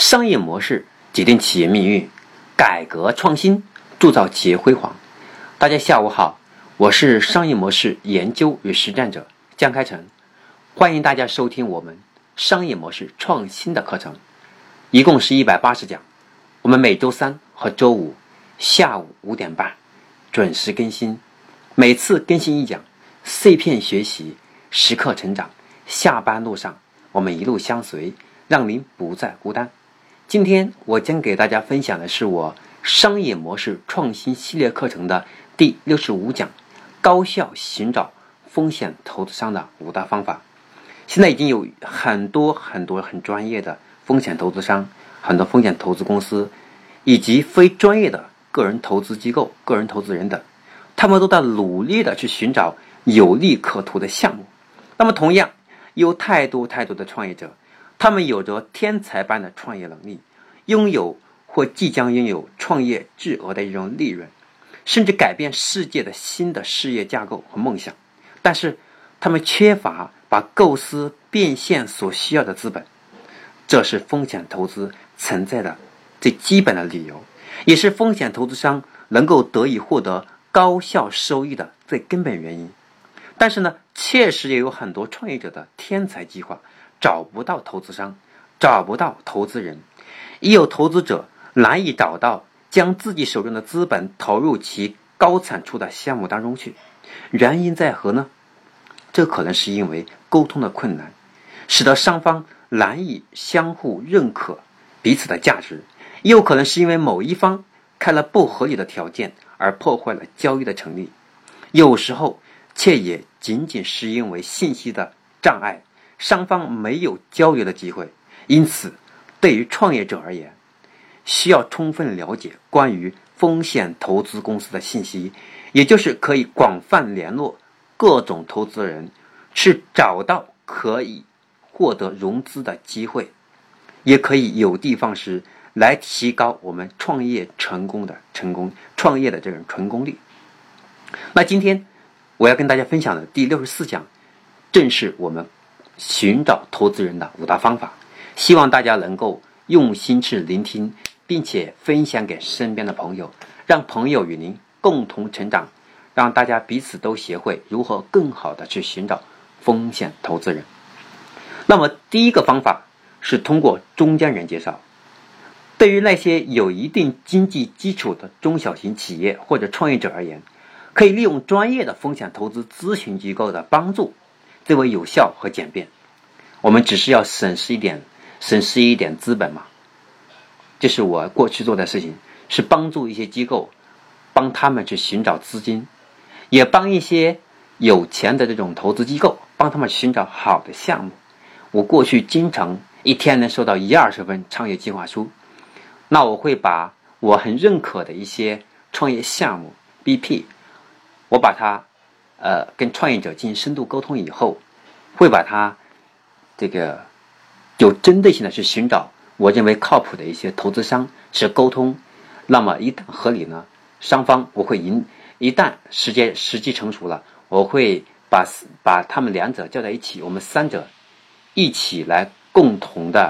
商业模式决定企业命运，改革创新铸造企业辉煌。大家下午好，我是商业模式研究与实战者江开成，欢迎大家收听我们商业模式创新的课程，一共是180讲。我们每周三和周五下午5点半准时更新，每次更新一讲，碎片学习，时刻成长。下班路上我们一路相随，让您不再孤单。今天我将给大家分享的是我商业模式创新系列课程的第65讲，高效寻找风险投资商的5大方法。现在已经有很多很专业的风险投资商，很多风险投资公司，以及非专业的个人投资机构、个人投资人等，他们都在努力的去寻找有利可图的项目。那么同样有太多的创业者，他们有着天才般的创业能力，拥有或即将拥有创业巨额的一种利润，甚至改变世界的新的事业架构和梦想，但是他们缺乏把构思变现所需要的资本。这是风险投资存在的最基本的理由，也是风险投资商能够得以获得高效收益的最根本原因。但是呢，确实也有很多创业者的天才计划找不到投资商，找不到投资人，也有投资者难以找到将自己手中的资本投入其高产出的项目当中去。原因在何呢？这可能是因为沟通的困难，使得双方难以相互认可彼此的价值，也有可能是因为某一方开了不合理的条件而破坏了交易的成立。有时候却也仅仅是因为信息的障碍，双方没有交流的机会。因此对于创业者而言，需要充分了解关于风险投资公司的信息，也就是可以广泛联络各种投资人，去找到可以获得融资的机会，也可以有的放矢来提高我们创业创业的这种成功率。那今天我要跟大家分享的第64讲，正是我们寻找投资人的5大方法。希望大家能够用心去聆听，并且分享给身边的朋友，让朋友与您共同成长，让大家彼此都学会如何更好的去寻找风险投资人。那么第一个方法是通过中间人介绍。对于那些有一定经济基础的中小型企业或者创业者而言，可以利用专业的风险投资咨询机构的帮助，最为有效和简便。我们只是要省示一点资本嘛。这是我过去做的事情，是帮助一些机构，帮他们去寻找资金，也帮一些有钱的这种投资机构，帮他们寻找好的项目。我过去经常一天能收到1-20份创业计划书，那我会把我很认可的一些创业项目 BP， 我把它跟创业者进行深度沟通以后，会把它这个有针对性的去寻找我认为靠谱的一些投资商去沟通。那么一旦合理呢，双方我会一旦时机成熟了，我会把他们两者叫在一起，我们3者一起来共同的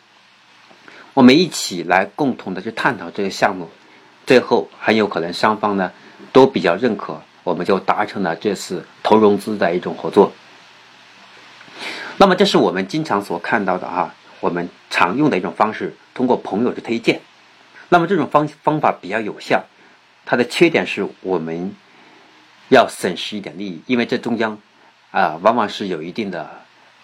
去探讨这个项目，最后很有可能双方呢都比较认可，我们就达成了这次投融资的一种合作。那么这是我们经常所看到的我们常用的一种方式，通过朋友去推荐。那么这种方法比较有效，它的缺点是我们要损失一点利益，因为这中间往往是有一定的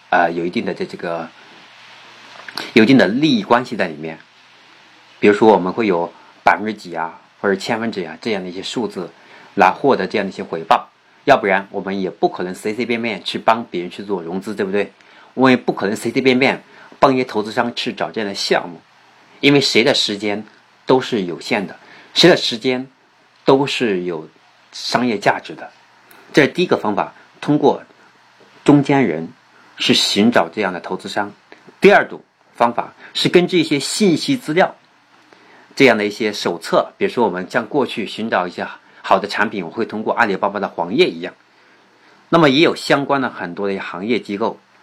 利益关系在里面。比如说我们会有几%或者千分之这样的一些数字来获得这样的一些回报，要不然我们也不可能随便去帮别人去做融资，对不对？我们也不可能随便帮一些投资商去找这样的项目，因为谁的时间都是有限的，谁的时间都是有商业价值的。这是第一个方法，通过中间人是寻找这样的投资商。第二种方法是根据一些信息资料，这样的一些手册，比如说我们像过去寻找一些好的产品，我会通过阿里巴巴的黄页一样，那么也有相关的很多的行业机构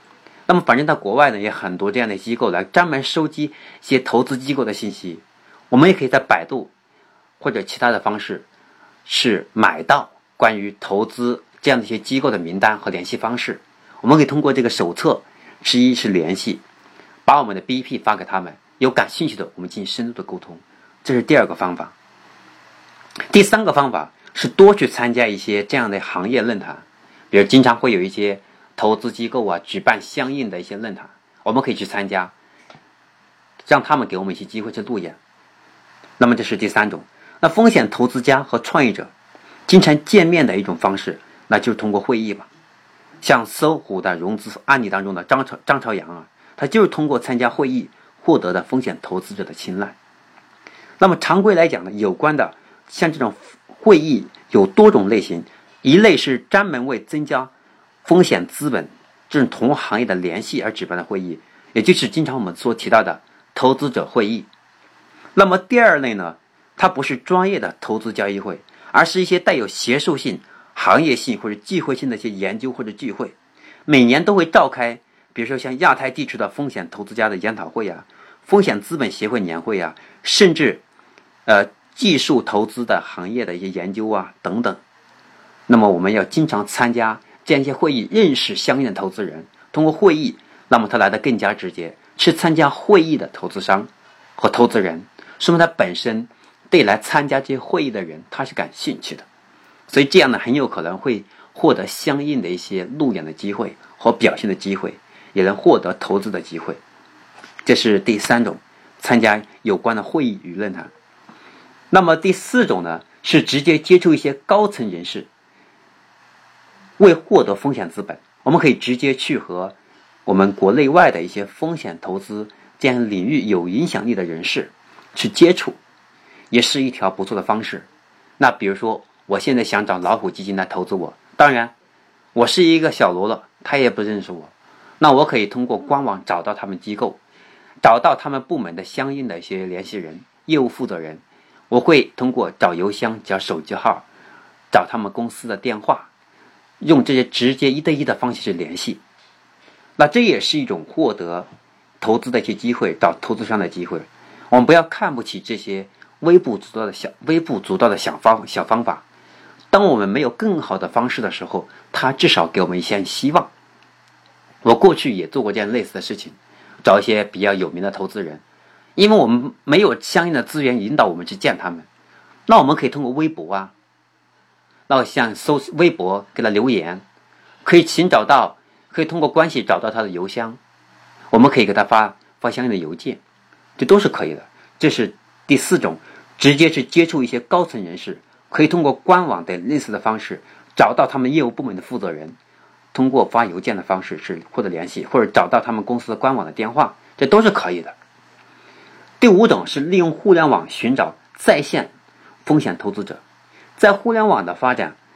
那么反正在国外呢，也很多这样的机构来专门收集一些投资机构的信息。我们也可以在百度或者其他的方式是买到关于投资这样的一些机构的名单和联系方式。我们可以通过这个手册是联系，把我们的 BP 发给他们，有感兴趣的我们进行深度的沟通。这是第二个方法。第三个方法是多去参加一些这样的行业论坛，比如经常会有一些投资机构举办相应的一些论坛，我们可以去参加，让他们给我们一些机会去路演。那么这是第三种。那风险投资家和创业者经常见面的一种方式，那就是通过会议吧。像搜狐的融资案例当中的张朝阳他就是通过参加会议获得的风险投资者的青睐。那么常规来讲呢，有关的像这种会议有多种类型，一类是专门为增加风险资本这种同行业的联系而举办的会议，也就是经常我们所提到的投资者会议。那么第二类呢，它不是专业的投资交易会，而是一些带有学术性、行业性或者忌讳性的一些研究或者聚会，每年都会召开，比如说像亚太地区的风险投资家的研讨会风险资本协会年会甚至技术投资的行业的一些研究等等。那么我们要经常参加这样一些会议，认识相应的投资人。通过会议，那么他来的更加直接，是参加会议的投资商和投资人，说明他本身对来参加这些会议的人他是感兴趣的，所以这样呢，很有可能会获得相应的一些路演的机会和表现的机会，也能获得投资的机会。这是第三种，参加有关的会议与论坛。那么第四种呢，是直接接触一些高层人士，为获得风险资本，我们可以直接去和我们国内外的一些风险投资这样领域有影响力的人士去接触，也是一条不错的方式。那比如说我现在想找老虎基金来投资我，当然我是一个小喽啰，他也不认识我，那我可以通过官网找到他们机构，找到他们部门的相应的一些联系人、业务负责人，我会通过找邮箱、找手机号、找他们公司的电话，用这些直接1对1的方式去联系。那这也是一种获得投资的一些机会，找投资商的机会。我们不要看不起这些微不足道的小方法，当我们没有更好的方式的时候，它至少给我们一线希望。我过去也做过这样类似的事情，找一些比较有名的投资人，因为我们没有相应的资源引导我们去见他们，那我们可以通过微博那像搜微博给他留言，可以通过关系找到他的邮箱，我们可以给他发相应的邮件，这都是可以的。这是第四种，直接去接触一些高层人士，可以通过官网的类似的方式找到他们业务部门的负责人，通过发邮件的方式是获得联系，或者找到他们公司的官网的电话，这都是可以的。第五种是利用互联网寻找在线风险投资者。在互联网的发展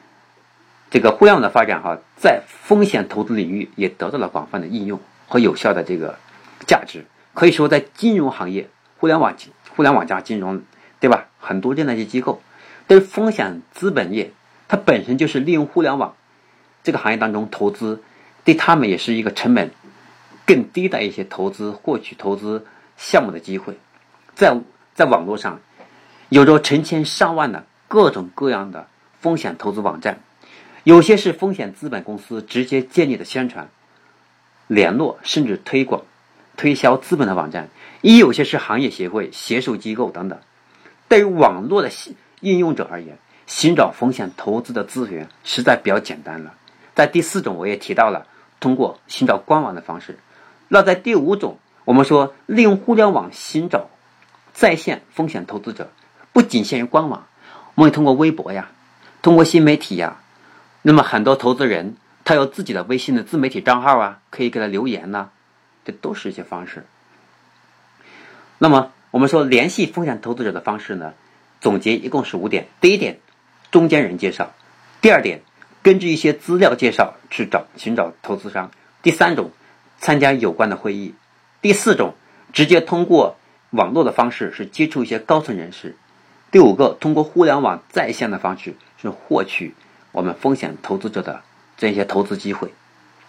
在风险投资领域也得到了广泛的应用和有效的这个价值。可以说在金融行业，互联网加金融，对吧？很多这样的一些机构，对风险资本业，它本身就是利用互联网这个行业当中投资，对他们也是一个成本更低的一些获取投资项目的机会。在网络上有着成千上万的各种各样的风险投资网站，有些是风险资本公司直接建立的宣传、联络甚至推销资本的网站，也有些是行业协会、学术机构等等。对于网络的应用者而言，寻找风险投资的资源实在比较简单了。在第四种我也提到了通过寻找官网的方式。那在第五种，我们说利用互联网寻找在线风险投资者，不仅限于官网，我们也通过微博通过新媒体那么很多投资人他有自己的微信的自媒体账号可以给他留言这都是一些方式。那么我们说联系风险投资者的方式呢，总结一共是5点。第一点，中间人介绍；第二点，根据一些资料介绍去寻找投资商；第三种，参加有关的会议；第四种，直接通过网络的方式是接触一些高层人士；第五个，通过互联网在线的方式是获取我们风险投资者的这些投资机会。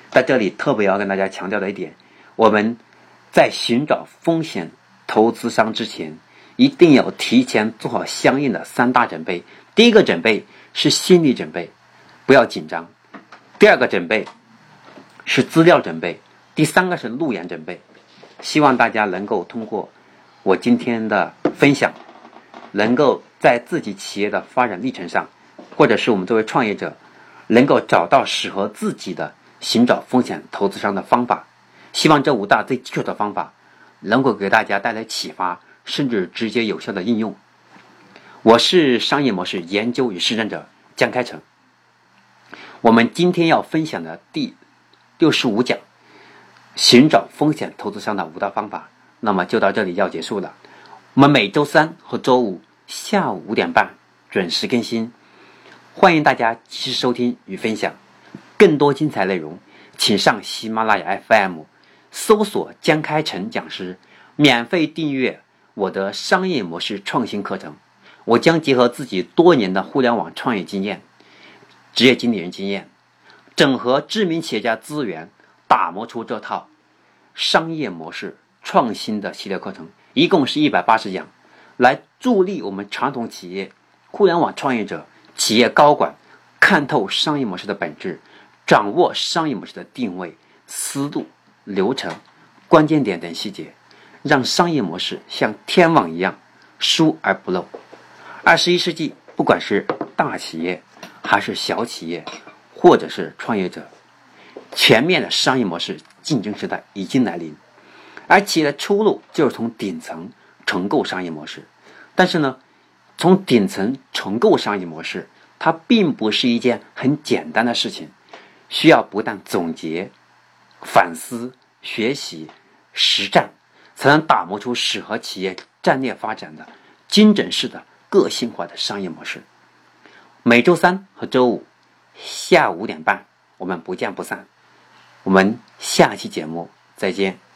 在这里特别要跟大家强调的一点，我们在寻找风险投资商之前，一定要提前做好相应的3大准备。第一个准备是心理准备，不要紧张；第二个准备是资料准备；第三个是路演准备。希望大家能够通过我今天的分享，能够在自己企业的发展历程上，或者是我们作为创业者，能够找到适合自己的寻找风险投资商的方法。希望这5大最基础的方法能够给大家带来启发，甚至直接有效的应用。我是商业模式研究与实战者江开成。我们今天要分享的第65讲，寻找风险投资商的5大方法，那么就到这里要结束了。我们每周3和周5下午5点半准时更新，欢迎大家及时收听与分享。更多精彩内容，请上喜马拉雅 FM 搜索江开成讲师，免费订阅我的商业模式创新课程。我将结合自己多年的互联网创业经验、职业经理人经验，整合知名企业家资源，打磨出这套商业模式创新的系列课程，一共是180讲，来助力我们传统企业、互联网创业者、企业高管看透商业模式的本质，掌握商业模式的定位、思路、流程、关键点等细节，让商业模式像天网一样疏而不漏。21世纪，不管是大企业还是小企业，或者是创业者，全面的商业模式竞争时代已经来临，而企业的出路就是从顶层重构商业模式。但是呢，从顶层重构商业模式，它并不是一件很简单的事情，需要不断总结、反思、学习、实战，才能打磨出适合企业战略发展的精准式的个性化的商业模式。每周3和周5下午5点半，我们不见不散。我们下期节目再见。